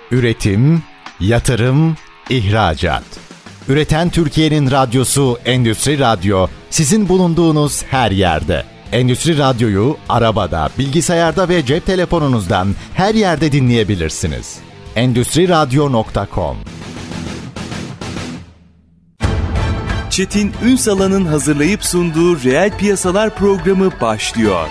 Üretim, yatırım, ihracat. Üreten Türkiye'nin radyosu Endüstri Radyo, sizin bulunduğunuz her yerde. Endüstri Radyo'yu arabada, bilgisayarda ve cep telefonunuzdan her yerde dinleyebilirsiniz. Endüstriradyo.com. Çetin Ünsal'ın hazırlayıp sunduğu Reel Piyasalar programı başlıyor.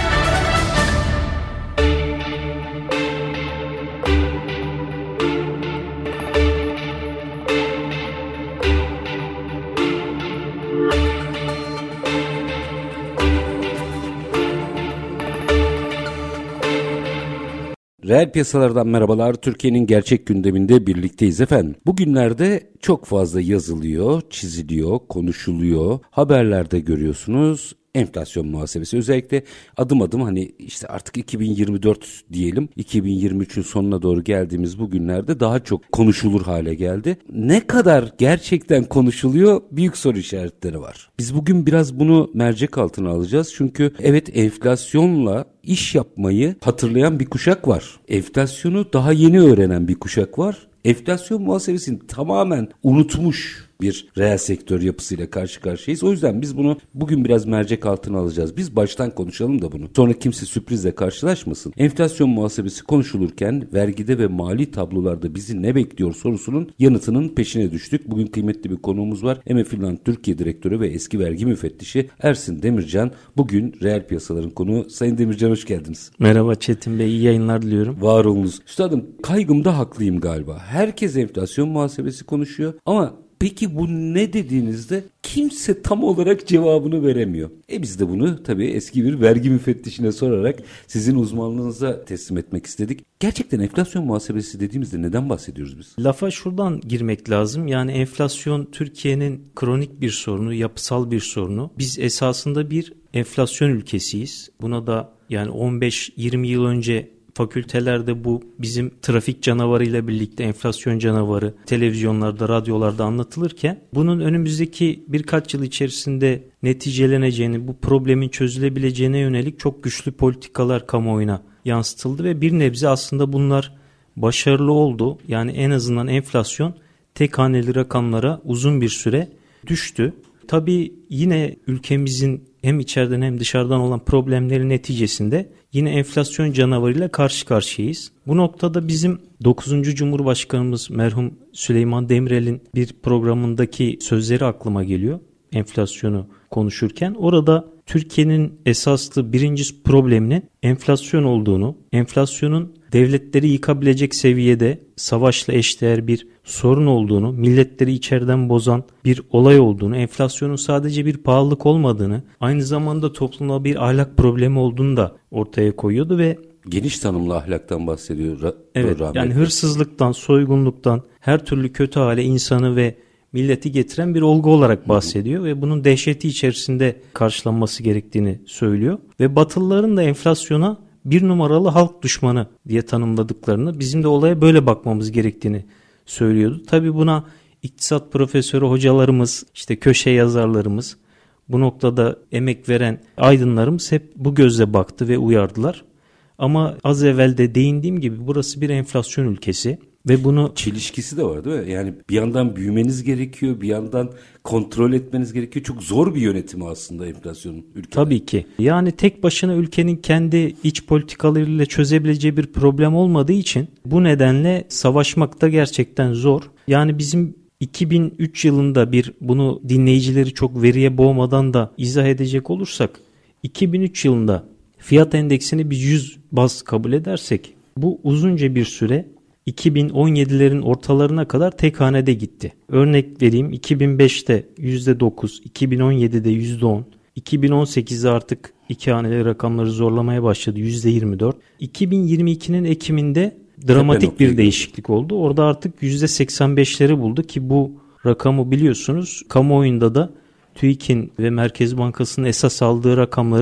Reel piyasalardan merhabalar. Türkiye'nin gerçek gündeminde birlikteyiz efendim. Bugünlerde çok fazla yazılıyor, çiziliyor, konuşuluyor. Haberlerde görüyorsunuz. Enflasyon muhasebesi özellikle adım adım hani işte artık 2024 diyelim 2023'ün sonuna doğru geldiğimiz bu günlerde daha çok konuşulur hale geldi. Ne kadar gerçekten konuşuluyor büyük soru işaretleri var. Biz bugün biraz bunu mercek altına alacağız çünkü evet enflasyonla iş yapmayı hatırlayan bir kuşak var. Enflasyonu daha yeni öğrenen bir kuşak var. Enflasyon muhasebesini tamamen unutmuş bir reel sektör yapısıyla karşı karşıyayız. O yüzden biz bunu bugün biraz mercek altına alacağız. Biz baştan konuşalım da bunu. Sonra kimse sürprizle karşılaşmasın. Enflasyon muhasebesi konuşulurken vergide ve mali tablolarda bizi ne bekliyor sorusunun yanıtının peşine düştük. Bugün kıymetli bir konuğumuz var. Emefinland Türkiye Direktörü ve eski vergi müfettişi Ersin Demircan. Bugün reel piyasaların konuğu. Sayın Demircan hoş geldiniz. Merhaba Çetin Bey, iyi yayınlar diliyorum. Var olunuz. Üstadım kaygımda haklıyım galiba. Herkes enflasyon muhasebesi konuşuyor ama peki bu ne dediğinizde kimse tam olarak cevabını veremiyor. Biz de bunu tabii eski bir vergi müfettişine sorarak sizin uzmanlığınıza teslim etmek istedik. Gerçekten enflasyon muhasebesi dediğimizde neden bahsediyoruz biz? Lafa şuradan girmek lazım. Yani enflasyon Türkiye'nin kronik bir sorunu, yapısal bir sorunu. Biz esasında bir enflasyon ülkesiyiz. Buna da yani 15-20 yıl önce fakültelerde bu bizim trafik canavarıyla birlikte enflasyon canavarı televizyonlarda, radyolarda anlatılırken bunun önümüzdeki birkaç yıl içerisinde neticeleneceğini, bu problemin çözülebileceğine yönelik çok güçlü politikalar kamuoyuna yansıtıldı ve bir nebze aslında bunlar başarılı oldu. Yani en azından enflasyon tek haneli rakamlara uzun bir süre düştü. Tabii yine ülkemizin hem içeriden hem dışarıdan olan problemlerin neticesinde yine enflasyon canavarıyla karşı karşıyayız. Bu noktada bizim 9. Cumhurbaşkanımız merhum Süleyman Demirel'in bir programındaki sözleri aklıma geliyor. Enflasyonu konuşurken orada Türkiye'nin esaslı birinci probleminin enflasyon olduğunu, enflasyonun devletleri yıkabilecek seviyede savaşla eşdeğer bir sorun olduğunu, milletleri içeriden bozan bir olay olduğunu, enflasyonun sadece bir pahalılık olmadığını, aynı zamanda toplumda bir ahlak problemi olduğunu da ortaya koyuyordu ve geniş tanımlı ahlaktan bahsediyor. Evet, yani hırsızlıktan, soygunluktan, her türlü kötü hale insanı ve milleti getiren bir olgu olarak bahsediyor ve bunun dehşeti içerisinde karşılanması gerektiğini söylüyor. Ve Batılıların da enflasyona bir numaralı halk düşmanı diye tanımladıklarını, bizim de olaya böyle bakmamız gerektiğini söylüyordu. Tabii buna iktisat profesörü hocalarımız, işte köşe yazarlarımız, bu noktada emek veren aydınlarımız hep bu gözle baktı ve uyardılar. Ama az evvel de değindiğim gibi burası bir enflasyon ülkesi. Ve bunu çelişkisi de var değil mi? Yani bir yandan büyümeniz gerekiyor, bir yandan kontrol etmeniz gerekiyor. Çok zor bir yönetimi aslında enflasyonun ülkede. Tabii ki. Yani tek başına ülkenin kendi iç politikalarıyla çözebileceği bir problem olmadığı için bu nedenle savaşmak da gerçekten zor. Yani bizim 2003 yılında bunu dinleyicileri çok veriye boğmadan da izah edecek olursak 2003 yılında fiyat endeksini biz 100 baz kabul edersek bu uzunca bir süre 2017'lerin ortalarına kadar tek hanede gitti. Örnek vereyim, 2005'te %9, 2017'de %10, 2018'de artık iki haneli rakamları zorlamaya başladı, %24. 2022'nin Ekim'inde dramatik bir değişiklik oldu. Orada artık %85'leri buldu ki bu rakamı biliyorsunuz kamuoyunda da TÜİK'in ve Merkez Bankası'nın esas aldığı rakamların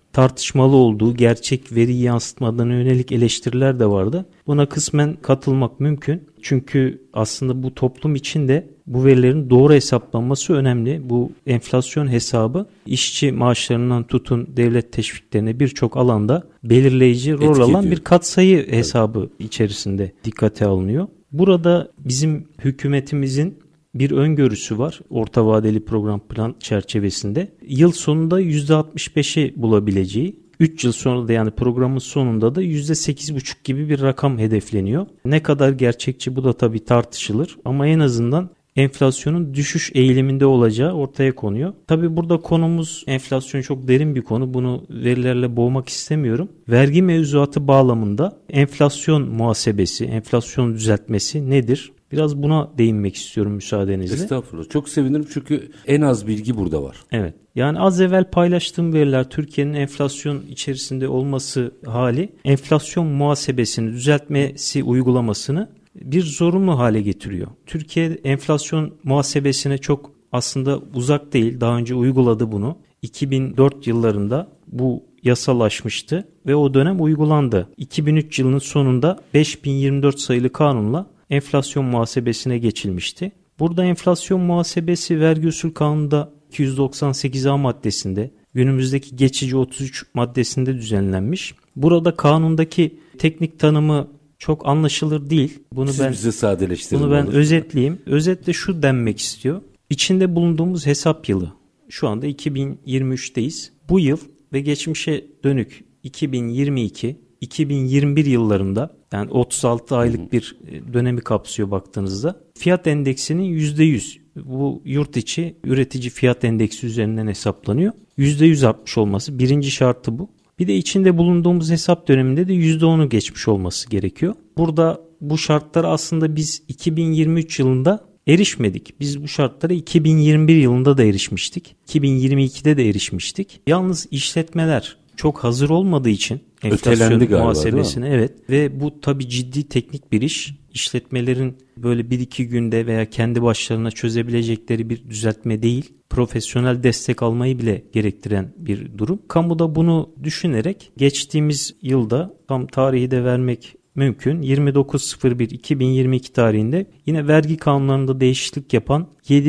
tartışmalı olduğu, gerçek veriyi yansıtmadığına yönelik eleştiriler de vardı. Buna kısmen katılmak mümkün. Çünkü aslında bu toplum için de bu verilerin doğru hesaplanması önemli. Bu enflasyon hesabı işçi maaşlarından tutun devlet teşviklerine birçok alanda belirleyici rol alan bir katsayı hesabı içerisinde dikkate alınıyor. Burada bizim hükümetimizin bir öngörüsü var orta vadeli program plan çerçevesinde. Yıl sonunda %65'i bulabileceği, 3 yıl sonra da yani programın sonunda da %8,5 gibi bir rakam hedefleniyor. Ne kadar gerçekçi bu da tabii tartışılır ama en azından enflasyonun düşüş eğiliminde olacağı ortaya konuyor. Tabii burada konumuz enflasyon çok derin bir konu. Bunu verilerle boğmak istemiyorum. Vergi mevzuatı bağlamında enflasyon muhasebesi, enflasyon düzeltmesi nedir? Biraz buna değinmek istiyorum müsaadenizle. Estağfurullah. Çok sevinirim çünkü en az bilgi burada var. Evet. Yani az evvel paylaştığım veriler Türkiye'nin enflasyon içerisinde olması hali enflasyon muhasebesini düzeltmesi uygulamasını bir zorunlu hale getiriyor. Türkiye enflasyon muhasebesine çok aslında uzak değil. Daha önce uyguladı bunu. 2004 yıllarında bu yasalaşmıştı ve o dönem uygulandı. 2003 yılının sonunda 5024 sayılı kanunla enflasyon muhasebesine geçilmişti. Burada enflasyon muhasebesi vergi usul kanununda 298A maddesinde, günümüzdeki geçici 33 maddesinde düzenlenmiş. Burada kanundaki teknik tanımı çok anlaşılır değil. Bize sadeleştirin. Bunu ben özetleyeyim. Özetle şu denmek istiyor. İçinde bulunduğumuz hesap yılı. Şu anda 2023'teyiz. Bu yıl ve geçmişe dönük 2022, 2021 yıllarında yani 36 aylık bir dönemi kapsıyor baktığınızda. Fiyat endeksinin %100 bu yurt içi üretici fiyat endeksi üzerinden hesaplanıyor. %100 artmış olması birinci şartı bu. Bir de içinde bulunduğumuz hesap döneminde de %10'u geçmiş olması gerekiyor. Burada bu şartlara aslında biz 2023 yılında erişmedik. Biz bu şartlara 2021 yılında da erişmiştik. 2022'de de erişmiştik. Yalnız işletmeler çok hazır olmadığı için enflasyon muhasebesine evet ve bu tabii ciddi teknik bir iş. İşletmelerin böyle 1-2 günde veya kendi başlarına çözebilecekleri bir düzeltme değil. Profesyonel destek almayı bile gerektiren bir durum. Kamu da bunu düşünerek geçtiğimiz yılda tam tarihi de vermek mümkün. 29.01.2022 tarihinde yine vergi kanunlarında değişiklik yapan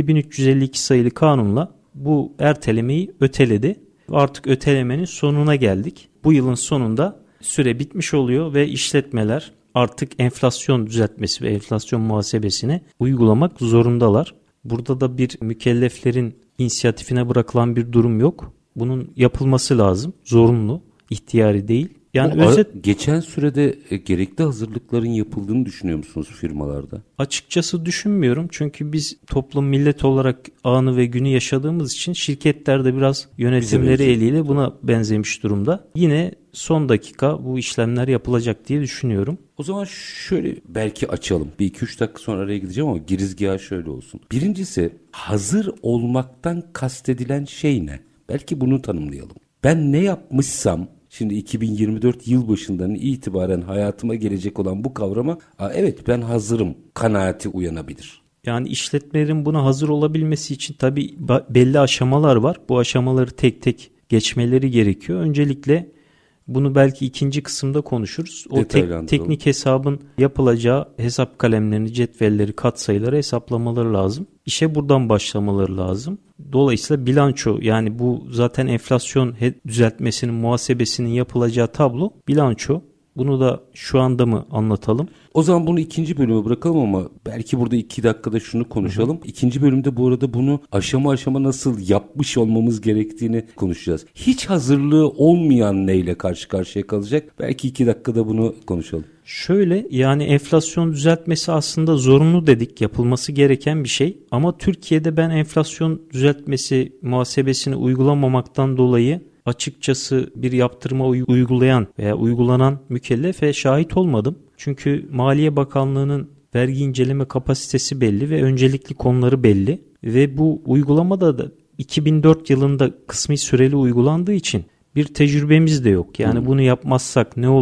7352 sayılı kanunla bu ertelemeyi öteledi. Artık ötelemenin sonuna geldik. Bu yılın sonunda süre bitmiş oluyor ve işletmeler artık enflasyon düzeltmesi ve enflasyon muhasebesini uygulamak zorundalar. Burada da bir mükelleflerin inisiyatifine bırakılan bir durum yok. Bunun yapılması lazım. Zorunlu, ihtiyari değil. Yani geçen sürede gerekli hazırlıkların yapıldığını düşünüyor musunuz firmalarda? Açıkçası düşünmüyorum. Çünkü biz toplum millet olarak anı ve günü yaşadığımız için şirketler de biraz yönetimleri eliyle buna benzemiş durumda. Yine son dakika bu işlemler yapılacak diye düşünüyorum. O zaman şöyle belki açalım. 1-2-3 dakika sonra araya gideceğim ama girizgahı şöyle olsun. Birincisi hazır olmaktan kastedilen şey ne? Belki bunu tanımlayalım. Ben ne yapmışsam şimdi 2024 yılbaşından itibaren hayatıma gelecek olan bu kavrama evet ben hazırım kanaati uyanabilir. Yani işletmelerin buna hazır olabilmesi için tabii belli aşamalar var. Bu aşamaları tek tek geçmeleri gerekiyor. Öncelikle bunu belki ikinci kısımda konuşuruz. O teknik hesabın yapılacağı hesap kalemlerini, cetvelleri, katsayıları hesaplamaları lazım. İşe buradan başlamaları lazım. Dolayısıyla bilanço yani bu zaten enflasyon düzeltmesinin muhasebesinin yapılacağı tablo bilanço. Bunu da şu anda mı anlatalım? O zaman bunu ikinci bölüme bırakalım ama belki burada 2 dakikada şunu konuşalım. Hı hı. İkinci bölümde bu arada bunu aşama aşama nasıl yapmış olmamız gerektiğini konuşacağız. Hiç hazırlığı olmayan neyle karşı karşıya kalacak? Belki 2 dakikada bunu konuşalım. Şöyle yani enflasyon düzeltmesi aslında zorunlu dedik, yapılması gereken bir şey. Ama Türkiye'de ben enflasyon düzeltmesi muhasebesini uygulamamaktan dolayı açıkçası bir yaptırıma uygulayan veya uygulanan mükellefe şahit olmadım. Çünkü Maliye Bakanlığı'nın vergi inceleme kapasitesi belli ve öncelikli konuları belli. Ve bu uygulamada da 2004 yılında kısmi süreli uygulandığı için bir tecrübemiz de yok. Yani bunu yapmazsak ne olur?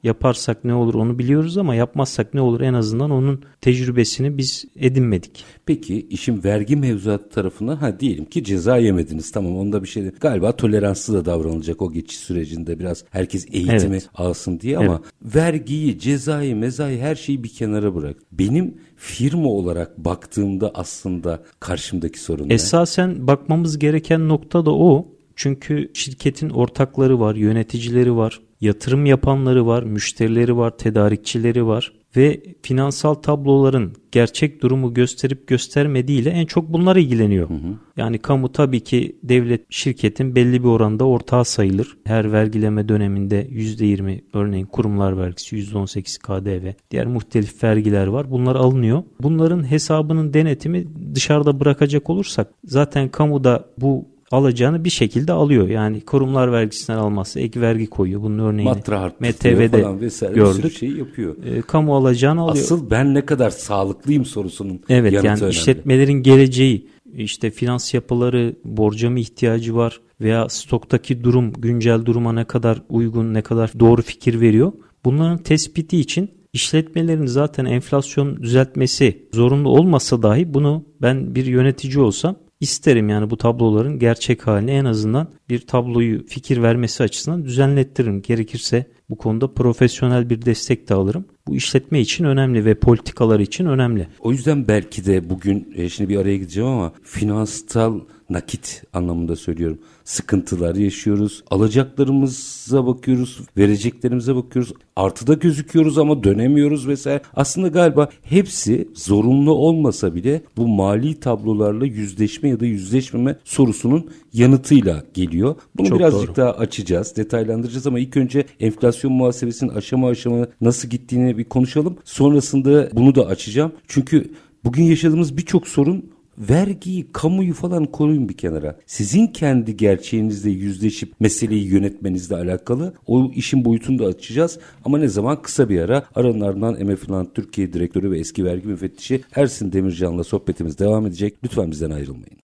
Yaparsak ne olur onu biliyoruz ama yapmazsak ne olur en azından onun tecrübesini biz edinmedik. Peki işin vergi mevzuatı tarafına diyelim ki ceza yemediniz. Tamam, onda bir şey galiba toleranslı da davranılacak o geçiş sürecinde, biraz herkes eğitimi alsın diye ama vergiyi, cezayı, mezayı her şeyi bir kenara bırak. Benim firma olarak baktığımda aslında karşımdaki sorun ne? Esasen bakmamız gereken nokta da o. Çünkü şirketin ortakları var, yöneticileri var, yatırım yapanları var, müşterileri var, tedarikçileri var ve finansal tabloların gerçek durumu gösterip göstermediğiyle en çok bunlar ilgileniyor. Yani kamu tabii ki devlet şirketin belli bir oranda ortağı sayılır. Her vergileme döneminde %20 örneğin kurumlar vergisi, %18 KDV, diğer muhtelif vergiler var. Bunlar alınıyor. Bunların hesabının denetimi dışarıda bırakacak olursak zaten kamu da bu alacağını bir şekilde alıyor. Yani kurumlar vergisinden almazsa ek vergi koyuyor. Bunun örneğini MTV'de falan vesaire gördük. Bir sürü şey yapıyor. Kamu alacağını alıyor. Asıl ben ne kadar sağlıklıyım sorusunun yanıtı yani önemli. işletmelerin geleceği, işte finans yapıları, borca mı ihtiyacı var veya stoktaki durum, güncel duruma ne kadar uygun, ne kadar doğru fikir veriyor. Bunların tespiti için işletmelerin zaten enflasyon düzeltmesi zorunlu olmasa dahi bunu ben bir yönetici olsam İsterim yani bu tabloların gerçek halini en azından bir tabloyu fikir vermesi açısından düzenlettiririm. Gerekirse bu konuda profesyonel bir destek de alırım. Bu işletme için önemli ve politikalar için önemli. O yüzden belki de bugün şimdi bir araya gideceğim ama finansal nakit anlamında söylüyorum. Sıkıntılar yaşıyoruz. Alacaklarımıza bakıyoruz, vereceklerimize bakıyoruz. Artıda gözüküyoruz ama dönemiyoruz vesaire. Aslında galiba hepsi zorunlu olmasa bile bu mali tablolarla yüzleşme ya da yüzleşmeme sorusunun yanıtıyla geliyor. Bunu çok birazcık doğru. daha açacağız, detaylandıracağız ama ilk önce enflasyon muhasebesinin aşama aşama nasıl gittiğini bir konuşalım. Sonrasında bunu da açacağım. Çünkü bugün yaşadığımız birçok sorun, vergiyi, kamuyu falan koruyun bir kenara. Sizin kendi gerçeğinizle yüzleşip meseleyi yönetmenizle alakalı o işin boyutunu da açacağız. Ama ne zaman? Kısa bir ara. Aranın ardından MF Türkiye Direktörü ve eski vergi müfettişi Ersin Demircan'la sohbetimiz devam edecek. Lütfen bizden ayrılmayın.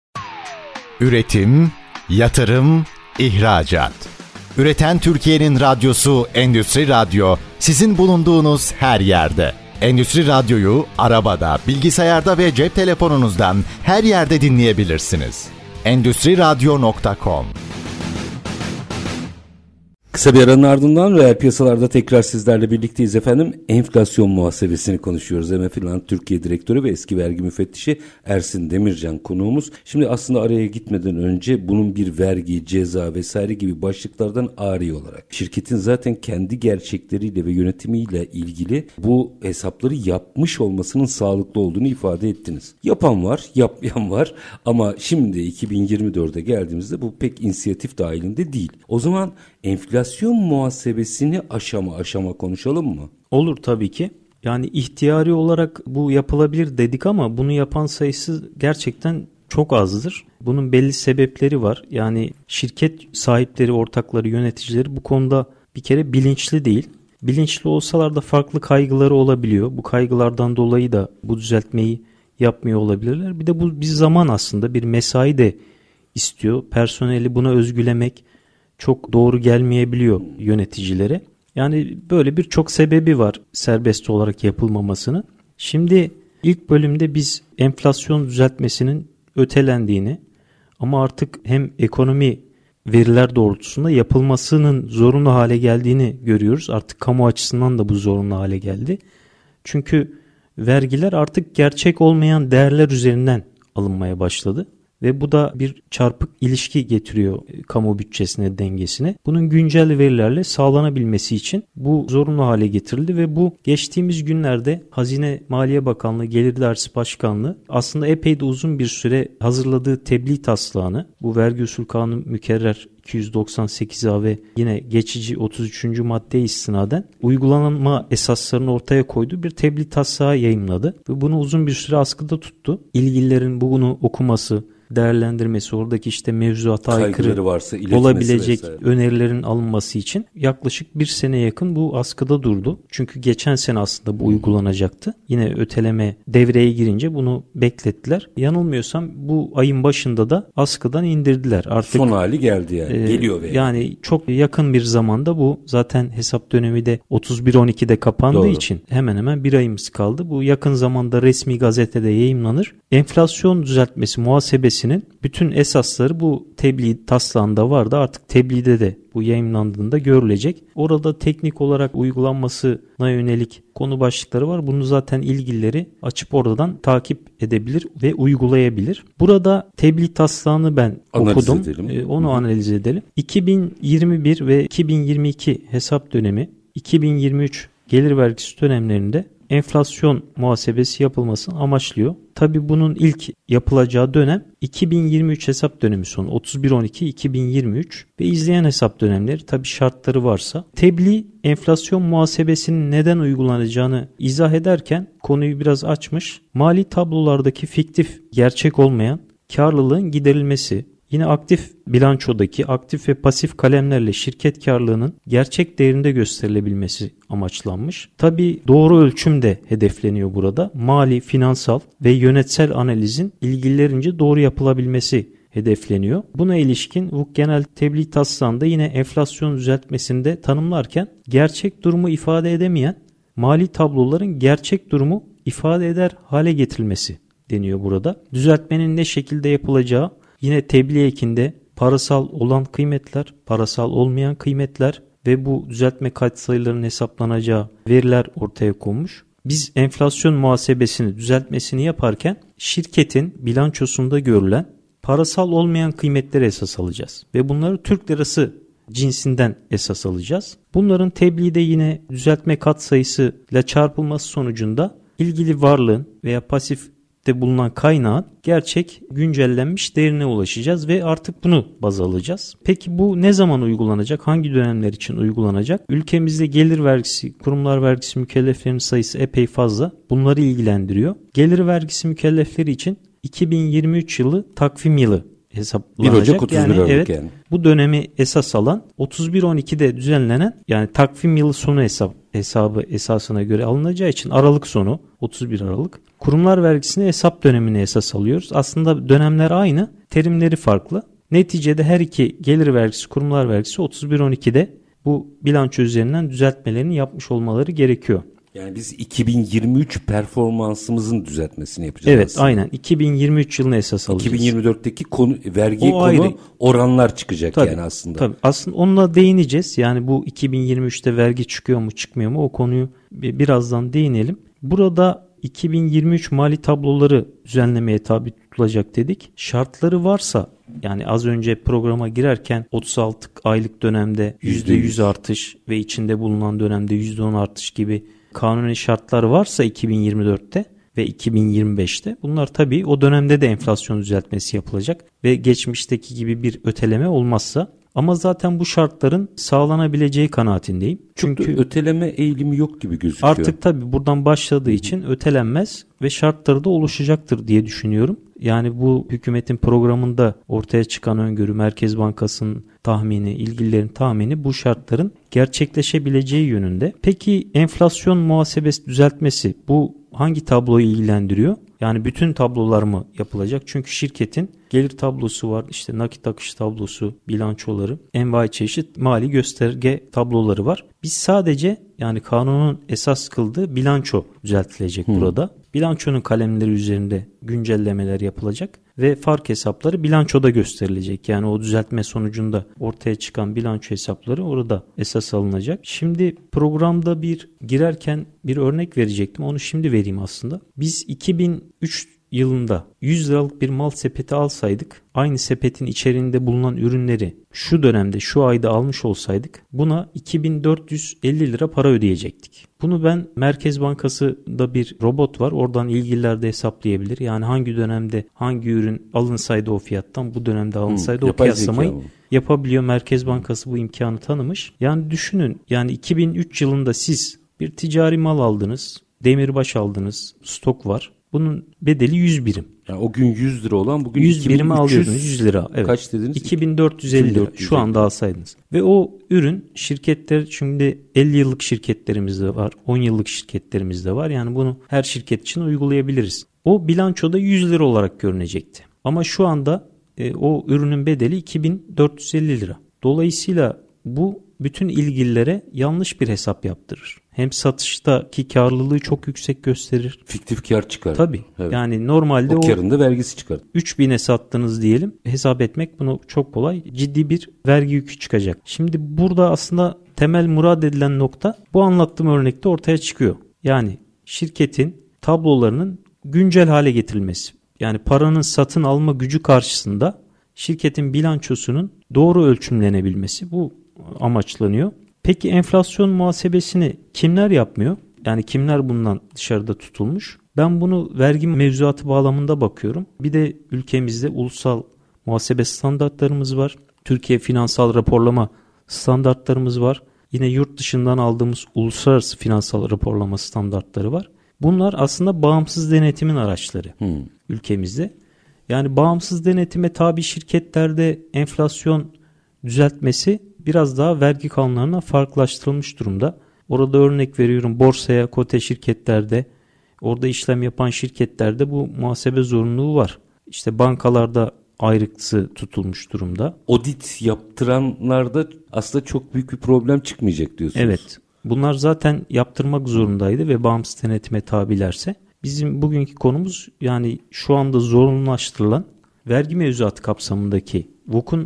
Üretim, yatırım, ihracat. Üreten Türkiye'nin radyosu Endüstri Radyo, sizin bulunduğunuz her yerde. Endüstri Radyo'yu arabada, bilgisayarda ve cep telefonunuzdan her yerde dinleyebilirsiniz. Endüstriradyo.com. Kısa bir aranın ardından reel piyasalarda tekrar sizlerle birlikteyiz efendim. Enflasyon muhasebesini konuşuyoruz. MF Türkiye Direktörü ve eski vergi müfettişi Ersin Demircan konuğumuz. Şimdi aslında araya gitmeden önce bunun bir vergi, ceza vesaire gibi başlıklardan ari olarak şirketin zaten kendi gerçekleriyle ve yönetimiyle ilgili bu hesapları yapmış olmasının sağlıklı olduğunu ifade ettiniz. Yapan var, yapmayan var ama şimdi 2024'e geldiğimizde bu pek inisiyatif dahilinde değil. O zaman enflasyon muhasebesini aşama aşama konuşalım mı? Olur tabii ki. Yani ihtiyari olarak bu yapılabilir dedik ama bunu yapan sayısı gerçekten çok azdır. Bunun belli sebepleri var. Yani şirket sahipleri, ortakları, yöneticileri bu konuda bir kere bilinçli değil. Bilinçli olsalar da farklı kaygıları olabiliyor. Bu kaygılardan dolayı da bu düzeltmeyi yapmıyor olabilirler. Bir de bu bir zaman aslında, bir mesai de istiyor. Personeli buna özgülemek çok doğru gelmeyebiliyor yöneticilere. Yani böyle birçok sebebi var serbest olarak yapılmamasının. Şimdi ilk bölümde biz enflasyon düzeltmesinin ötelendiğini ama artık hem ekonomi veriler doğrultusunda yapılmasının zorunlu hale geldiğini görüyoruz. Artık kamu açısından da bu zorunlu hale geldi. Çünkü vergiler artık gerçek olmayan değerler üzerinden alınmaya başladı. Ve bu da bir çarpık ilişki getiriyor kamu bütçesine, dengesine. Bunun güncel verilerle sağlanabilmesi için bu zorunlu hale getirildi ve bu geçtiğimiz günlerde Hazine Maliye Bakanlığı, Gelir İdaresi Başkanlığı aslında epey de uzun bir süre hazırladığı tebliğ taslağını, bu vergi usul kanunu mükerrer 298A ve yine geçici 33. maddeye istinaden uygulanma esaslarını ortaya koyduğu bir tebliğ taslağı yayımladı. Ve bunu uzun bir süre askıda tuttu. İlgililerin bunu okuması, değerlendirmesi, oradaki işte mevzuata aykırı olabilecek önerilerin alınması için yaklaşık bir sene yakın bu askıda durdu. Çünkü geçen sene aslında bu uygulanacaktı. Yine öteleme devreye girince bunu beklettiler. Yanılmıyorsam bu ayın başında da askıdan indirdiler. Artık son hali geldi yani. geliyor. Yani çok yakın bir zamanda bu zaten hesap dönemi de 31.12'de kapandığı için hemen hemen bir ayımız kaldı. Bu yakın zamanda resmi gazetede yayımlanır. Enflasyon düzeltmesi muhasebesinin bütün esasları bu tebliğ taslağında vardı. Artık tebliğde de bu yayımlandığında görülecek. Orada teknik olarak uygulanmasına yönelik konu başlıkları var. Bunu zaten ilgilileri açıp oradan takip edebilir ve uygulayabilir. Burada tebliğ taslağını ben okudum. Onu analiz edelim. 2021 ve 2022 hesap dönemi, 2023 gelir vergisi dönemlerinde enflasyon muhasebesi yapılmasını amaçlıyor. Tabii bunun ilk yapılacağı dönem 2023 hesap dönemi sonu 31.12.2023 ve izleyen hesap dönemleri tabii şartları varsa. Tebliğ enflasyon muhasebesinin neden uygulanacağını izah ederken konuyu biraz açmış. Mali tablolardaki fiktif, gerçek olmayan karlılığın giderilmesi, yine aktif bilançodaki aktif ve pasif kalemlerle şirket karlılığının gerçek değerinde gösterilebilmesi amaçlanmış. Tabii doğru ölçüm de hedefleniyor burada. Mali, finansal ve yönetsel analizin ilgililerince doğru yapılabilmesi hedefleniyor. Buna ilişkin bu genel tebliğ taslağında yine enflasyon düzeltmesinde tanımlarken gerçek durumu ifade edemeyen mali tabloların gerçek durumu ifade eder hale getirilmesi deniyor burada. Düzeltmenin ne şekilde yapılacağı yine tebliğ ekinde parasal olan kıymetler, parasal olmayan kıymetler ve bu düzeltme katsayılarının hesaplanacağı veriler ortaya konmuş. Biz enflasyon muhasebesini, düzeltmesini yaparken şirketin bilançosunda görülen parasal olmayan kıymetleri esas alacağız. Ve bunları Türk lirası cinsinden esas alacağız. Bunların tebliğde yine düzeltme katsayısıyla çarpılması sonucunda ilgili varlığın veya pasif bulunan kaynağın gerçek güncellenmiş değerine ulaşacağız ve artık bunu baz alacağız. Peki bu ne zaman uygulanacak? Hangi dönemler için uygulanacak? Ülkemizde gelir vergisi, kurumlar vergisi mükelleflerinin sayısı epey fazla. Bunları ilgilendiriyor. Gelir vergisi mükellefleri için 2023 yılı takvim yılı hesaplanacak. 1 Ocak 31 Aralık yani. Bu dönemi esas alan 31.12'de düzenlenen yani takvim yılı sonu hesabı esasına göre alınacağı için Aralık sonu 31 Aralık. Kurumlar vergisine hesap dönemini esas alıyoruz. Aslında dönemler aynı, terimleri farklı. Neticede her iki gelir vergisi, kurumlar vergisi 31.12'de bu bilanço üzerinden düzeltmelerini yapmış olmaları gerekiyor. Yani biz 2023 performansımızın düzeltmesini yapacağız. Evet, aslında. Aynen. 2023 yılını esas alacağız. 2024'teki vergi konu oranlar çıkacak yani aslında. Tabii. Aslında onunla değineceğiz. Yani bu 2023'te vergi çıkıyor mu çıkmıyor mu o konuyu birazdan değinelim. Burada 2023 mali tabloları düzenlemeye tabi tutulacak dedik. Şartları varsa yani az önce programa girerken 36 aylık dönemde %100 artış ve içinde bulunan dönemde %10 artış gibi kanuni şartlar varsa 2024'te ve 2025'te bunlar tabii o dönemde de enflasyon düzeltmesi yapılacak ve geçmişteki gibi bir öteleme olmazsa ama zaten bu şartların sağlanabileceği kanaatindeyim. Çünkü öteleme eğilimi yok gibi gözüküyor. Artık tabii buradan başladığı için ötelenmez ve şartları da oluşacaktır diye düşünüyorum. Yani bu hükümetin programında ortaya çıkan öngörü, Merkez Bankası'nın tahmini, ilgililerin tahmini bu şartların gerçekleşebileceği yönünde. Peki enflasyon muhasebesi düzeltmesi bu hangi tabloyu ilgilendiriyor? Yani bütün tablolar mı yapılacak? Çünkü şirketin gelir tablosu var, işte nakit akış tablosu, bilançoları, envai çeşit mali gösterge tabloları var. Biz sadece yani kanunun esas kıldığı bilanço düzeltilecek burada. Bilançonun kalemleri üzerinde güncellemeler yapılacak ve fark hesapları bilançoda gösterilecek. Yani o düzeltme sonucunda ortaya çıkan bilanço hesapları orada esas alınacak. Şimdi programda girerken bir örnek verecektim. Onu şimdi vereyim aslında. Biz 2003 yılında 100 liralık bir mal sepeti alsaydık, aynı sepetin içerisinde bulunan ürünleri şu dönemde şu ayda almış olsaydık buna 2450 lira para ödeyecektik. Bunu ben Merkez Bankası'da bir robot var. Oradan ilgililer de hesaplayabilir. Yani hangi dönemde hangi ürün alınsaydı o fiyattan bu dönemde alınsaydı o kıyaslamayı yapabiliyor. Merkez Bankası bu imkanı tanımış. Yani düşünün yani 2003 yılında siz bir ticari mal aldınız, demirbaş aldınız, stok var. Bunun bedeli 100 birim. Yani o gün 100 lira olan bugün 100 birimi alıyordunuz 100 lira. Evet. Kaç dediniz? 2450 lira şu anda alsaydınız. Ve o ürün şirketler şimdi 50 yıllık şirketlerimiz de var. 10 yıllık şirketlerimiz de var. Yani bunu her şirket için uygulayabiliriz. O bilançoda 100 lira olarak görünecekti. Ama şu anda o ürünün bedeli 2450 lira. Dolayısıyla bu bütün ilgililere yanlış bir hesap yaptırır. Hem satıştaki karlılığı çok yüksek gösterir. Fiktif kar çıkar. Tabii. Evet. Yani normalde o karın da vergisi çıkar. 3000'e sattınız diyelim. Hesap etmek bunu çok kolay. Ciddi bir vergi yükü çıkacak. Şimdi burada aslında temel murad edilen nokta bu anlattığım örnekte ortaya çıkıyor. Yani şirketin tablolarının güncel hale getirilmesi. Yani paranın satın alma gücü karşısında şirketin bilançosunun doğru ölçümlenebilmesi, bu amaçlanıyor. Peki enflasyon muhasebesini kimler yapmıyor? Yani kimler bundan dışarıda tutulmuş? Ben bunu vergi mevzuatı bağlamında bakıyorum. Bir de ülkemizde ulusal muhasebe standartlarımız var. Türkiye finansal raporlama standartlarımız var. Yine yurt dışından aldığımız uluslararası finansal raporlama standartları var. Bunlar aslında bağımsız denetimin araçları ülkemizde. Yani bağımsız denetime tabi şirketlerde enflasyon düzeltmesi biraz daha vergi kanunlarına farklılaştırılmış durumda. Orada örnek veriyorum, borsaya kote şirketlerde, orada işlem yapan şirketlerde bu muhasebe zorunluluğu var. İşte bankalarda ayrıksı tutulmuş durumda. Audit yaptıranlarda aslında çok büyük bir problem çıkmayacak diyorsunuz. Evet. Bunlar zaten yaptırmak zorundaydı ve bağımsız denetime tabilerse. Bizim bugünkü konumuz yani şu anda zorunlulaştırılan vergi mevzuatı kapsamındaki VUK'un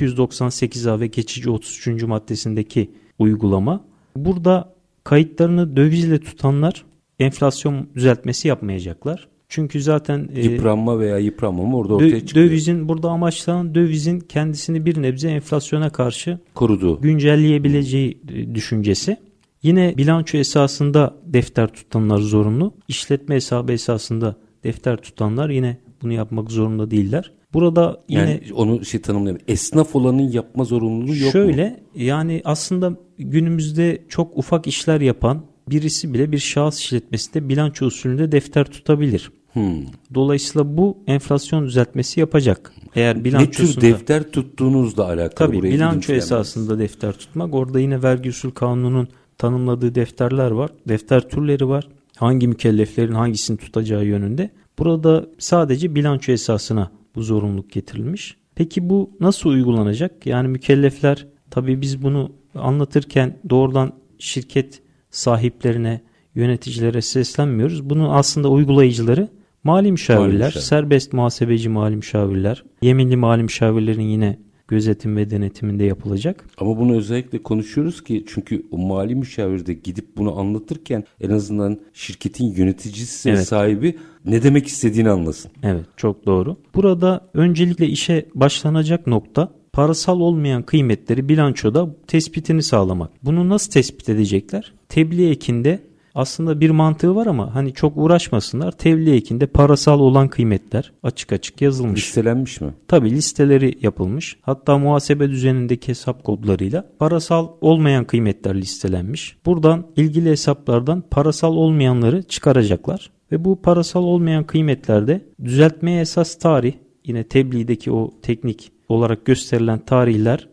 298A ve geçici 33. maddesindeki uygulama. Burada kayıtlarını dövizle tutanlar enflasyon düzeltmesi yapmayacaklar. Çünkü zaten yıpranma veya yıpranmama orada ortaya çıkıyor. Dövizin burada amaçlanan dövizin kendisini bir nebze enflasyona karşı korudu, güncelleyebileceği düşüncesi. Yine bilanço esasında defter tutanlar zorunlu. İşletme hesabı esasında defter tutanlar yine bunu yapmak zorunda değiller. Burada yine yani onu tanımlayalım. Esnaf olanın yapma zorunluluğu yok şöyle, mu? Yani aslında günümüzde çok ufak işler yapan birisi bile bir şahıs işletmesinde bilanço usulünde defter tutabilir. Dolayısıyla bu enflasyon düzeltmesi yapacak. Eğer bilançosunda, ne tür defter tuttuğunuzla alakalı. Tabii bilanço esasında defter tutmak. Orada yine vergi usul kanununun tanımladığı defterler var. Defter türleri var. Hangi mükelleflerin hangisini tutacağı yönünde. Burada sadece bilanço esasına bu zorunluluk getirilmiş. Peki bu nasıl uygulanacak? Yani mükellefler, tabii biz bunu anlatırken doğrudan şirket sahiplerine, yöneticilere seslenmiyoruz. Bunun aslında uygulayıcıları mali müşavirler, serbest muhasebeci mali müşavirler, yeminli mali müşavirlerin yine gözetim ve denetiminde yapılacak. Ama bunu özellikle konuşuyoruz ki çünkü o mali müşavir de gidip bunu anlatırken en azından şirketin yöneticisi ve sahibi ne demek istediğini anlasın. Evet, çok doğru. Burada öncelikle işe başlanacak nokta parasal olmayan kıymetleri bilançoda tespitini sağlamak. Bunu nasıl tespit edecekler? Tebliğ ekinde aslında bir mantığı var ama hani çok uğraşmasınlar. Tebliğ ekinde parasal olan kıymetler açık açık yazılmış. Listelenmiş mi? Tabii listeleri yapılmış. Hatta muhasebe düzenindeki hesap kodlarıyla parasal olmayan kıymetler listelenmiş. Buradan ilgili hesaplardan parasal olmayanları çıkaracaklar. Ve bu parasal olmayan kıymetlerde düzeltmeye esas tarih, yine tebliğdeki o teknik olarak gösterilen tarihler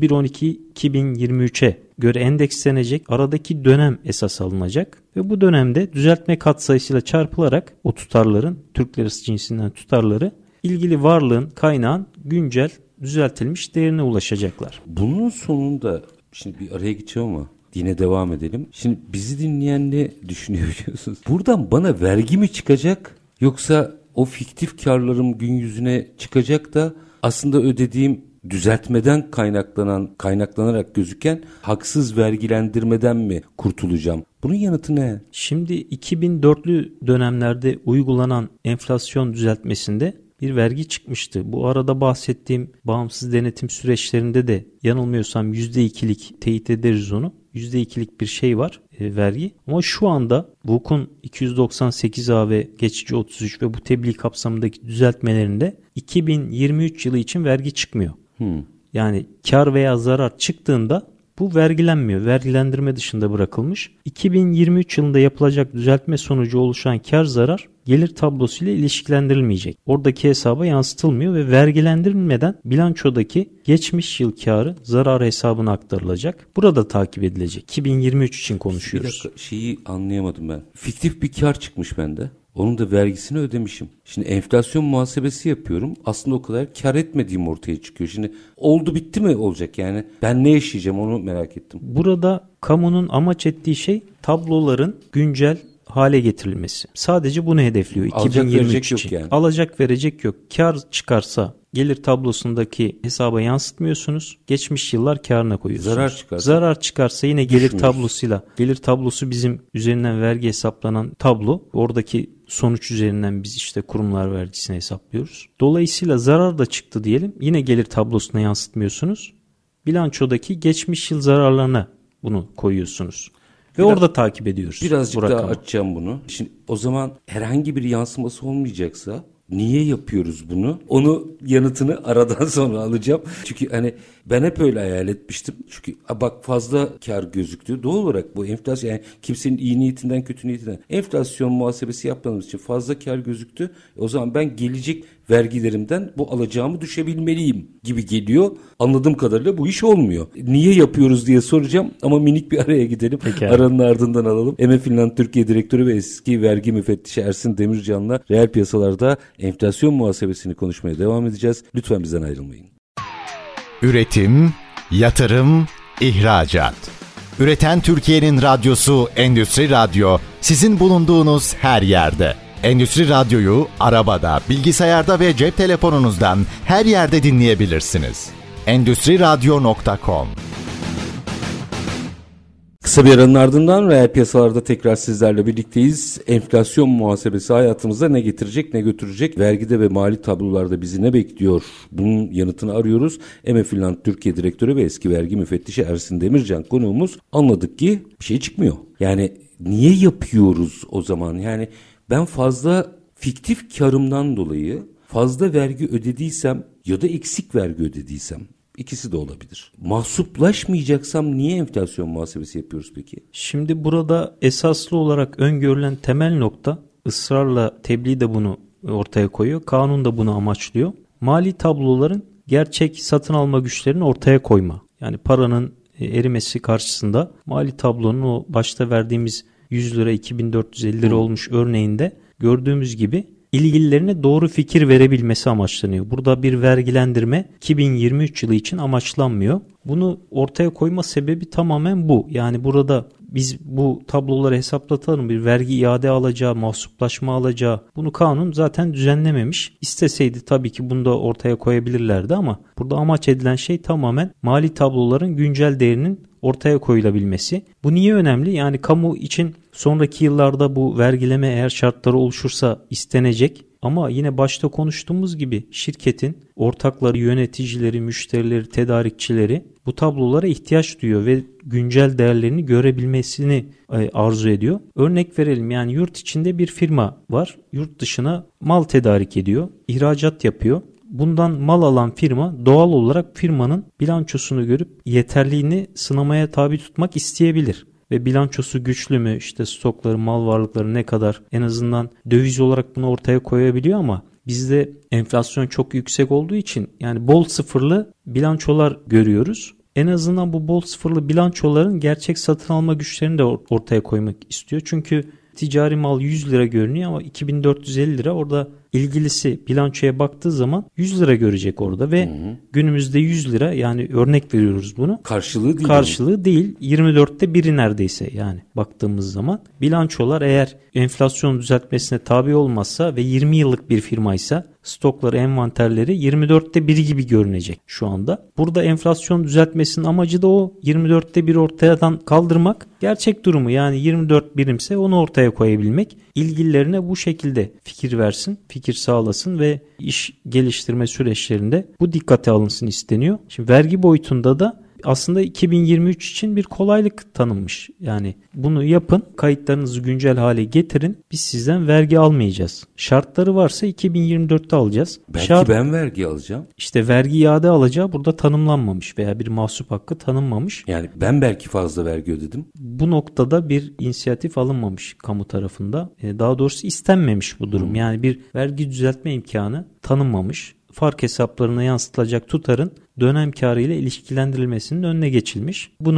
31.12.2023'e göre endekslenecek, aradaki dönem esas alınacak ve bu dönemde düzeltme katsayısıyla çarpılarak o tutarların, Türk lirası cinsinden tutarları ilgili varlığın, kaynağın güncel düzeltilmiş değerine ulaşacaklar. Bunun sonunda şimdi bir araya gideceğim ama yine devam edelim. Şimdi bizi dinleyen ne düşünüyor biliyorsunuz? Buradan bana vergi mi çıkacak yoksa o fiktif karlarım gün yüzüne çıkacak da aslında ödediğim düzeltmeden kaynaklanarak gözüken haksız vergilendirmeden mi kurtulacağım? Bunun yanıtı ne? Şimdi 2004'lü dönemlerde uygulanan enflasyon düzeltmesinde bir vergi çıkmıştı. Bu arada bahsettiğim bağımsız denetim süreçlerinde de yanılmıyorsam %2'lik teyit ederiz onu. %2'lik bir şey var vergi. Ama şu anda VUK'un 298A ve geçici 33 ve bu tebliğ kapsamındaki düzeltmelerinde 2023 yılı için vergi çıkmıyor. Yani kar veya zarar çıktığında bu vergilenmiyor. Vergilendirme dışında bırakılmış. 2023 yılında yapılacak düzeltme sonucu oluşan kar zarar gelir tablosuyla ilişkilendirilmeyecek. Oradaki hesaba yansıtılmıyor ve vergilendirilmeden bilançodaki geçmiş yıl karı zarar hesabına aktarılacak. Burada takip edilecek. 2023 için konuşuyoruz. Bir dakika, şeyi anlayamadım ben. Fiktif bir kar çıkmış bende. Onun da vergisini ödemişim. Şimdi enflasyon muhasebesi yapıyorum. Aslında o kadar kar etmediğim ortaya çıkıyor. Şimdi oldu bitti mi olacak yani? Ben ne yaşayacağım onu merak ettim. Burada kamunun amaç ettiği şey tabloların güncel hale getirilmesi. Sadece bunu hedefliyor. Alacak 2023 verecek için. yok yani. Alacak verecek yok. Kar çıkarsa gelir tablosundaki hesaba yansıtmıyorsunuz. Geçmiş yıllar karına koyuyorsunuz. Zarar çıkarsa yine gelir tablosuyla. Gelir tablosu bizim üzerinden vergi hesaplanan tablo. Oradaki sonuç üzerinden biz işte kurumlar vergisini hesaplıyoruz. Dolayısıyla zarar da çıktı diyelim. Yine gelir tablosuna yansıtmıyorsunuz. Bilançodaki geçmiş yıl zararlarına bunu koyuyorsunuz. Ve orada takip ediyoruz. Birazcık daha açacağım bunu. Şimdi o zaman herhangi bir yansıması olmayacaksa niye yapıyoruz bunu? Onu yanıtını aradan sonra alacağım. Çünkü hani ben hep öyle hayal etmiştim. Çünkü bak fazla kar gözüktü. Doğal olarak bu enflasyon, yani kimsenin iyi niyetinden kötü niyetinden enflasyon muhasebesi yaptığımız için fazla kar gözüktü. O zaman ben gelecek vergilerimden bu alacağımı düşebilmeliyim gibi geliyor. Anladığım kadarıyla bu iş olmuyor. Niye yapıyoruz diye soracağım ama minik bir araya gidelim. Peki. Aranın ardından alalım. Finland Türkiye Direktörü ve eski vergi müfettişi Ersin Demircan'la reel piyasalarda enflasyon muhasebesini konuşmaya devam edeceğiz. Lütfen bizden ayrılmayın. Üretim, yatırım, ihracat. Üreten Türkiye'nin radyosu Endüstri Radyo, sizin bulunduğunuz her yerde. Endüstri Radyo'yu arabada, bilgisayarda ve cep telefonunuzdan her yerde dinleyebilirsiniz. Endüstriradyo.com. Kısa bir aranın ardından reel piyasalarda tekrar sizlerle birlikteyiz. Enflasyon muhasebesi hayatımıza ne getirecek, ne götürecek? Vergide ve mali tablolarda bizi ne bekliyor? Bunun yanıtını arıyoruz. Finland Türkiye Direktörü ve eski vergi müfettişi Ersin Demircan konuğumuz. Anladık ki bir şey çıkmıyor. Yani niye yapıyoruz o zaman? Yani ben fazla fiktif karımdan dolayı fazla vergi ödediysem ya da eksik vergi ödediysem, İkisi de olabilir. Mahsuplaşmayacaksam niye enflasyon muhasebesi yapıyoruz peki? Şimdi burada esaslı olarak öngörülen temel nokta, ısrarla tebliğ de bunu ortaya koyuyor. Kanun da bunu amaçlıyor. Mali tabloların gerçek satın alma güçlerini ortaya koyma. Yani paranın erimesi karşısında mali tablonun o başta verdiğimiz 100 lira 2450 lira olmuş örneğinde gördüğümüz gibi ilgililerine doğru fikir verebilmesi amaçlanıyor. Burada bir vergilendirme 2023 yılı için amaçlanmıyor. Bunu ortaya koyma sebebi tamamen bu. Yani burada biz bu tabloları hesaplatalım, bir vergi iade alacağı, mahsuplaşma alacağı, bunu kanun zaten düzenlememiş. İsteseydi tabii ki bunu da ortaya koyabilirlerdi ama burada amaç edilen şey tamamen mali tabloların güncel değerinin ortaya koyulabilmesi. Bu niye önemli? Yani kamu için sonraki yıllarda bu vergileme eğer şartları oluşursa istenecek. Ama yine başta konuştuğumuz gibi şirketin ortakları, yöneticileri, müşterileri, tedarikçileri bu tablolara ihtiyaç duyuyor ve güncel değerlerini görebilmesini arzu ediyor. Örnek verelim, yani yurt içinde bir firma var. Yurt dışına mal tedarik ediyor, ihracat yapıyor. Bundan mal alan firma doğal olarak firmanın bilançosunu görüp yeterliğini sınamaya tabi tutmak isteyebilir. Ve bilançosu güçlü mü, işte stokları, mal varlıkları ne kadar, en azından döviz olarak bunu ortaya koyabiliyor ama bizde enflasyon çok yüksek olduğu için yani bol sıfırlı bilançolar görüyoruz. En azından bu bol sıfırlı bilançoların gerçek satın alma güçlerini de ortaya koymak istiyor. Çünkü ticari mal 100 lira görünüyor ama 2450 lira orada ilgilisi bilançoya baktığı zaman 100 lira görecek orada ve günümüzde 100 lira, yani örnek veriyoruz bunu. Karşılığı değil. 24'te biri neredeyse yani baktığımız zaman. Bilançolar eğer enflasyon düzeltmesine tabi olmazsa ve 20 yıllık bir firmaysa stokları, envanterleri 24'te biri gibi görünecek şu anda. Burada enflasyon düzeltmesinin amacı da o 24'te bir ortadan kaldırmak. Gerçek durumu, yani 24 birimse onu ortaya koyabilmek. İlgililerine bu şekilde fikir versin, fikir sağlasın ve iş geliştirme süreçlerinde bu dikkate alınsın isteniyor. Şimdi vergi boyutunda da aslında 2023 için bir kolaylık tanınmış. Yani bunu yapın, kayıtlarınızı güncel hale getirin, biz sizden vergi almayacağız. Şartları varsa 2024'te alacağız. Belki ben vergi alacağım. İşte vergi iade alacağı burada tanımlanmamış veya bir mahsup hakkı tanınmamış. Yani ben belki fazla vergi ödedim. Bu noktada bir inisiyatif alınmamış kamu tarafında. Daha doğrusu istenmemiş bu durum. Yani bir vergi düzeltme imkanı tanınmamış. Fark hesaplarına yansıtılacak tutarın dönem karı ile ilişkilendirilmesinin önüne geçilmiş. Bunu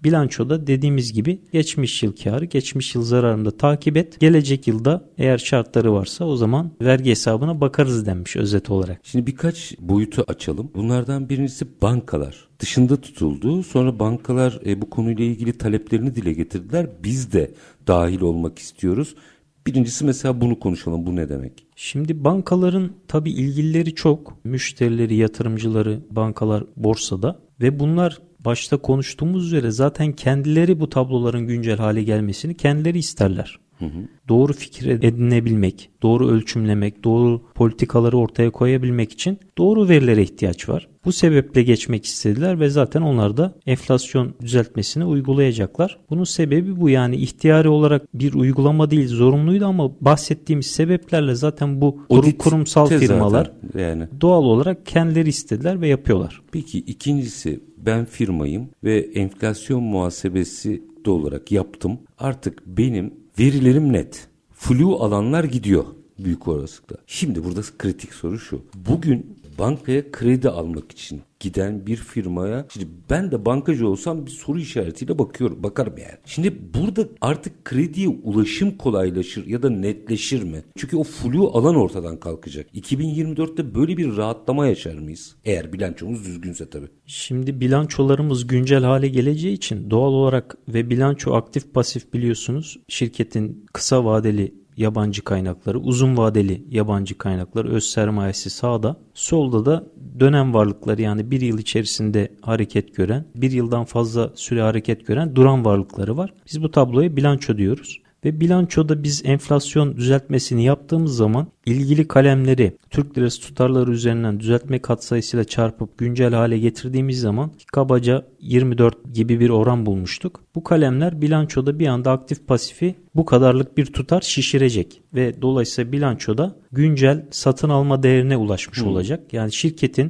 bilançoda dediğimiz gibi geçmiş yıl karı, geçmiş yıl zararını da takip et. Gelecek yılda eğer şartları varsa o zaman vergi hesabına bakarız denmiş özet olarak. Şimdi birkaç boyutu açalım. Bunlardan birincisi bankalar. Dışında tutuldu. Sonra bankalar bu konuyla ilgili taleplerini dile getirdiler. Biz de dahil olmak istiyoruz. Birincisi mesela bunu konuşalım. Bu ne demek? Şimdi bankaların tabii ilgilileri çok. Müşterileri, yatırımcıları, bankalar borsada ve bunlar başta konuştuğumuz üzere zaten kendileri bu tabloların güncel hale gelmesini kendileri isterler. Doğru fikir edinebilmek, doğru ölçümlemek, doğru politikaları ortaya koyabilmek için doğru verilere ihtiyaç var. Bu sebeple geçmek istediler ve zaten onlar da enflasyon düzeltmesini uygulayacaklar. Bunun sebebi bu, yani ihtiyari olarak bir uygulama değil, zorunluydu ama bahsettiğimiz sebeplerle zaten bu kurumsal firmalar yani doğal olarak kendileri istediler ve yapıyorlar. Peki ikincisi, ben firmayım ve enflasyon muhasebesi de olarak yaptım. Artık benim verilerim net. Flu alanlar gidiyor büyük olasılıkla. Şimdi burada kritik soru şu. Bugün bankaya kredi almak için giden bir firmaya, şimdi ben de bankacı olsam bir soru işaretiyle bakarım yani. Şimdi burada artık krediye ulaşım kolaylaşır ya da netleşir mi? Çünkü o flu alan ortadan kalkacak. 2024'te böyle bir rahatlama yaşar mıyız? Eğer bilançomuz düzgünse tabii. Şimdi bilançolarımız güncel hale geleceği için doğal olarak ve bilanço aktif pasif biliyorsunuz, şirketin kısa vadeli yabancı kaynakları, uzun vadeli yabancı kaynakları, öz sermayesi sağda, solda da dönem varlıkları, yani bir yıl içerisinde hareket gören, bir yıldan fazla süre hareket gören duran varlıkları var. Biz bu tabloya bilanço diyoruz. Ve bilançoda biz enflasyon düzeltmesini yaptığımız zaman ilgili kalemleri Türk lirası tutarları üzerinden düzeltme katsayısıyla çarpıp güncel hale getirdiğimiz zaman kabaca 24 gibi bir oran bulmuştuk. Bu kalemler bilançoda bir anda aktif pasifi bu kadarlık bir tutar şişirecek ve dolayısıyla bilançoda güncel satın alma değerine ulaşmış olacak. Yani şirketin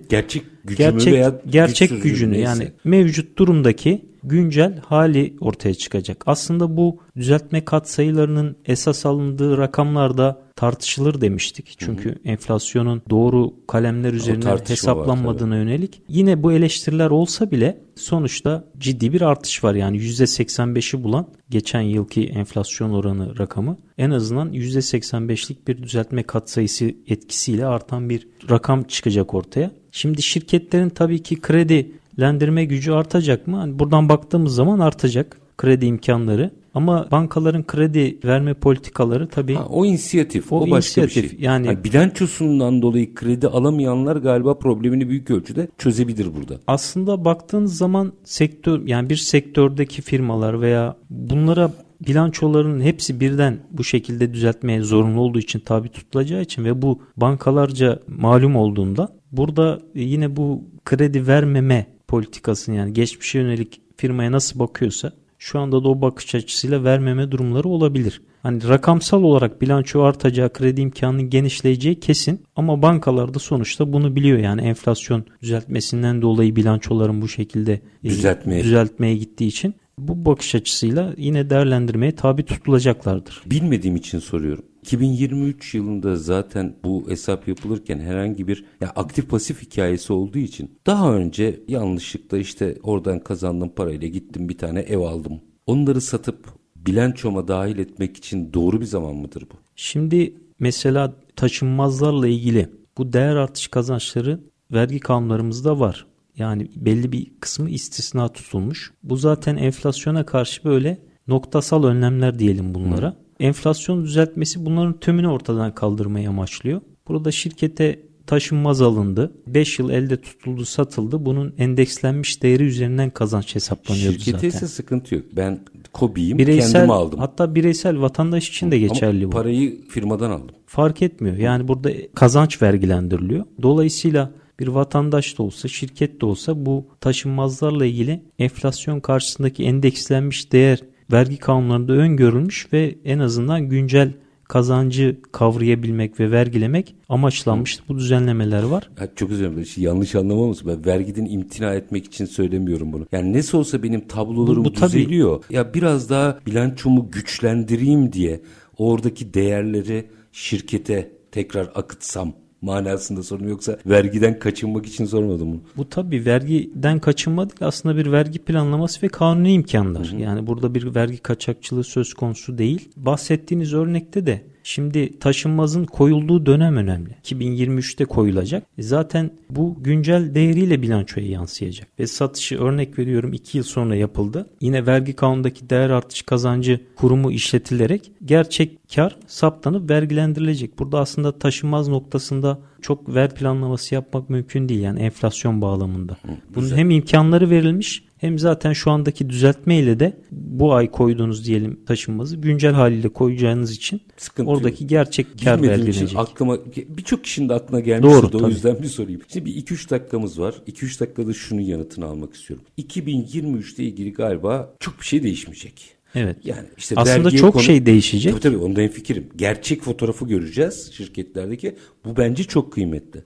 gerçek gücünü yani mevcut durumdaki güncel hali ortaya çıkacak. Aslında bu düzeltme katsayılarının esas alındığı rakamlar da tartışılır demiştik. Çünkü enflasyonun doğru kalemler üzerinden hesaplanmadığına yönelik. Yine bu eleştiriler olsa bile sonuçta ciddi bir artış var. Yani %85'i bulan geçen yılki enflasyon oranı rakamı en azından %85'lik bir düzeltme katsayısı etkisiyle artan bir rakam çıkacak ortaya. Şimdi şirketlerin tabii ki kredilendirme gücü artacak mı? Hani buradan baktığımız zaman artacak kredi imkanları. Ama bankaların kredi verme politikaları tabii o inisiyatif, o başka bir şey. Yani bilançosundan dolayı kredi alamayanlar galiba problemini büyük ölçüde çözebilir burada. Aslında baktığınız zaman sektör, yani bir sektördeki firmalar veya bunlara bilançoların hepsi birden bu şekilde düzeltmeye zorunlu olduğu için, tabi tutulacağı için ve bu bankalarca malum olduğunda burada yine bu kredi vermeme politikasını, yani geçmişe yönelik firmaya nasıl bakıyorsa şu anda da o bakış açısıyla vermeme durumları olabilir. Hani rakamsal olarak bilanço artacağı, kredi imkanının genişleyeceği kesin ama bankalar da sonuçta bunu biliyor. Yani enflasyon düzeltmesinden dolayı bilançoların bu şekilde düzeltmeye gittiği için bu bakış açısıyla yine değerlendirmeye tabi tutulacaklardır. Bilmediğim için soruyorum. 2023 yılında zaten bu hesap yapılırken herhangi bir aktif pasif hikayesi olduğu için daha önce yanlışlıkla işte oradan kazandığım parayla gittim bir tane ev aldım. Onları satıp bilançoma dahil etmek için doğru bir zaman mıdır bu? Şimdi mesela taşınmazlarla ilgili bu değer artış kazançları vergi kanunlarımızda var. Yani belli bir kısmı istisna tutulmuş. Bu zaten enflasyona karşı böyle noktasal önlemler diyelim bunlara. Enflasyon düzeltmesi bunların tümünü ortadan kaldırmayı amaçlıyor. Burada şirkete taşınmaz alındı. 5 yıl elde tutuldu, satıldı. Bunun endekslenmiş değeri üzerinden kazanç hesaplanıyordu zaten. Şirkete ise sıkıntı yok. Ben KOBİ'yim, kendim aldım. Hatta bireysel vatandaş için de geçerli bu. Ama parayı firmadan aldım. Fark etmiyor. Yani burada kazanç vergilendiriliyor. Dolayısıyla bir vatandaş da olsa, şirket de olsa bu taşınmazlarla ilgili enflasyon karşısındaki endekslenmiş değer vergi kanunlarında öngörülmüş ve en azından güncel kazancı kavrayabilmek ve vergilemek amaçlanmış bu düzenlemeler var. Çok özür dilerim. Yanlış anlama mısın? Ben vergiden imtina etmek için söylemiyorum bunu. Yani nasıl olsa benim tablolarım düzeliyor. Tabii. Ya biraz daha bilançomu güçlendireyim diye oradaki değerleri şirkete tekrar akıtsam manasında sordum, yoksa vergiden kaçınmak için sormadım bunu. Bu tabii vergiden kaçınma değil, aslında bir vergi planlaması ve kanuni imkanlar. Yani burada bir vergi kaçakçılığı söz konusu değil. Bahsettiğiniz örnekte de şimdi taşınmazın koyulduğu dönem önemli. 2023'te koyulacak. Zaten bu güncel değeriyle bilançoya yansıyacak. Ve satışı örnek veriyorum 2 yıl sonra yapıldı. Yine vergi kanunundaki değer artış kazancı kurumu işletilerek gerçek kar saptanıp vergilendirilecek. Burada aslında taşınmaz noktasında çok ver planlaması yapmak mümkün değil. Yani enflasyon bağlamında. Bunun hem imkanları verilmiş, hem zaten şu andaki düzeltmeyle de bu ay koyduğunuz diyelim taşınmazı güncel haliyle koyacağınız için sıkıntı oradaki yok. gerçek kar vergilenecek. Aklıma birçok kişinin de aklına gelmiştir. Doğru, o yüzden bir sorayım. Şimdi bir 2-3 dakikamız var. 2-3 dakikada şunun yanıtını almak istiyorum. 2023 ile ilgili galiba çok bir şey değişmeyecek. Evet. Yani işte aslında çok şey değişecek. Tabii ondan hemfikirim. Gerçek fotoğrafı göreceğiz şirketlerdeki. Bu bence çok kıymetli.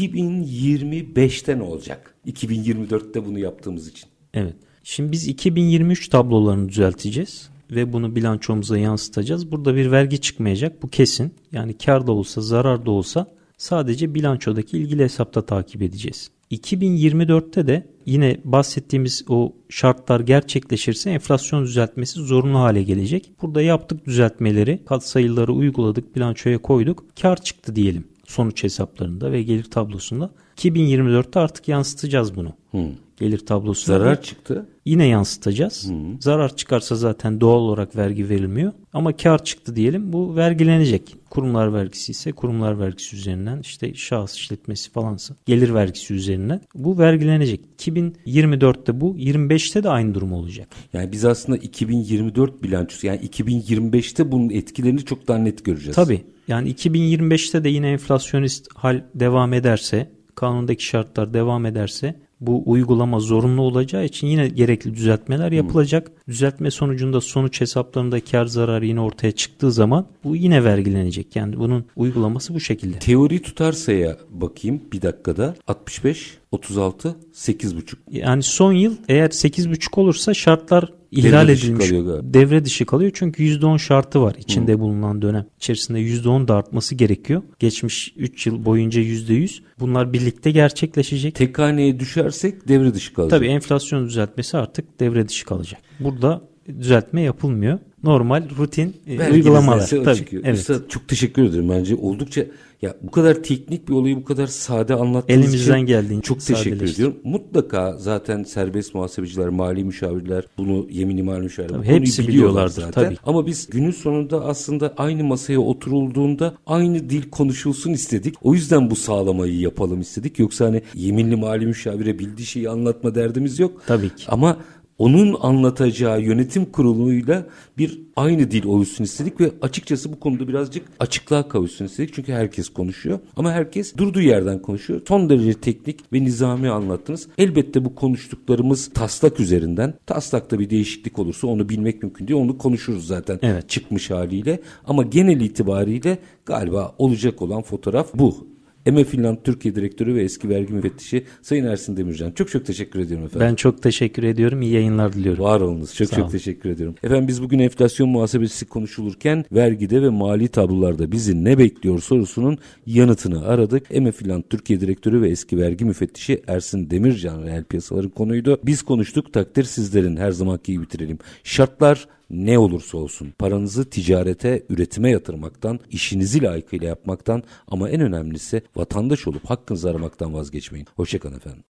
2025'te ne olacak? 2024'te bunu yaptığımız için. Evet. Şimdi biz 2023 tablolarını düzelteceğiz ve bunu bilançomuza yansıtacağız. Burada bir vergi çıkmayacak. Bu kesin. Yani kar da olsa, zarar da olsa sadece bilançodaki ilgili hesapta takip edeceğiz. 2024'te de yine bahsettiğimiz o şartlar gerçekleşirse enflasyon düzeltmesi zorunlu hale gelecek. Burada yaptık düzeltmeleri, katsayıları uyguladık, bilançoya koyduk. Kar çıktı diyelim sonuç hesaplarında ve gelir tablosunda. 2024'te artık yansıtacağız bunu. Gelir tablosunda. Zarar çıktı. Yine yansıtacağız. Zarar çıkarsa zaten doğal olarak vergi verilmiyor. Ama kar çıktı diyelim, bu vergilenecek. Kurumlar vergisi ise kurumlar vergisi üzerinden, işte şahıs işletmesi falansa gelir vergisi üzerinden bu vergilenecek. 2024'te bu, 25'te de aynı durum olacak. Yani biz aslında 2024 bilançosu, yani 2025'te bunun etkilerini çok daha net göreceğiz. Tabii. Yani 2025'te de yine enflasyonist hal devam ederse, kanundaki şartlar devam ederse bu uygulama zorunlu olacağı için yine gerekli düzeltmeler yapılacak. Düzeltme sonucunda sonuç hesaplarında kar zararı yine ortaya çıktığı zaman bu yine vergilenecek. Yani bunun uygulaması bu şekilde. Teori tutarsaya bakayım bir dakikada. 65, 36, 8,5. Yani son yıl eğer 8,5 olursa şartlar ihlal edilmiş. Devre dışı kalıyor çünkü %10 şartı var içinde bulunan dönem. İçerisinde %10 da artması gerekiyor. Geçmiş 3 yıl boyunca %100. Bunlar birlikte gerçekleşecek. Tek haneye düşersek devre dışı kalacak. Tabii enflasyon düzeltmesi artık devre dışı kalacak. Burada düzeltme yapılmıyor. Normal rutin uygulamalar. Tabii, evet. Üstad, çok teşekkür ederim. Bence oldukça bu kadar teknik bir olayı bu kadar sade anlattığınız elimizden için geldiğince çok teşekkür ediyorum. Mutlaka zaten serbest muhasebeciler, mali müşavirler, bunu yeminli mali müşavirler hepsi biliyorlardır zaten. Tabii. Ama biz günün sonunda aslında aynı masaya oturulduğunda aynı dil konuşulsun istedik. O yüzden bu sağlamayı yapalım istedik. Yoksa hani yeminli mali müşavire bildiği şeyi anlatma derdimiz yok. Tabii ki. Ama onun anlatacağı yönetim kuruluyla bir aynı dil oluşsun istedik ve açıkçası bu konuda birazcık açıklığa kavuşsun istedik. Çünkü herkes konuşuyor ama herkes durduğu yerden konuşuyor. Son derece teknik ve nizami anlattınız. Elbette bu konuştuklarımız taslak üzerinden. Taslakta bir değişiklik olursa onu bilmek mümkün değil. Onu konuşuruz zaten çıkmış haliyle. Ama genel itibariyle galiba olacak olan fotoğraf bu. Finland Türkiye Direktörü ve eski vergi müfettişi Sayın Ersin Demircan. Çok çok teşekkür ediyorum efendim. Ben çok teşekkür ediyorum. İyi yayınlar diliyorum. Var olunuz. Çok teşekkür ediyorum. Efendim biz bugün enflasyon muhasebesi konuşulurken vergide ve mali tablolarda bizi ne bekliyor sorusunun yanıtını aradık. Finland Türkiye Direktörü ve eski vergi müfettişi Ersin Demircan reel piyasaların konuydu. Biz konuştuk. Takdir sizlerin, her zamanki gibi bitirelim. Şartlar ne olursa olsun paranızı ticarete, üretime yatırmaktan, işinizi layıkıyla yapmaktan ama en önemlisi vatandaş olup hakkınızı aramaktan vazgeçmeyin. Hoşça kalın efendim.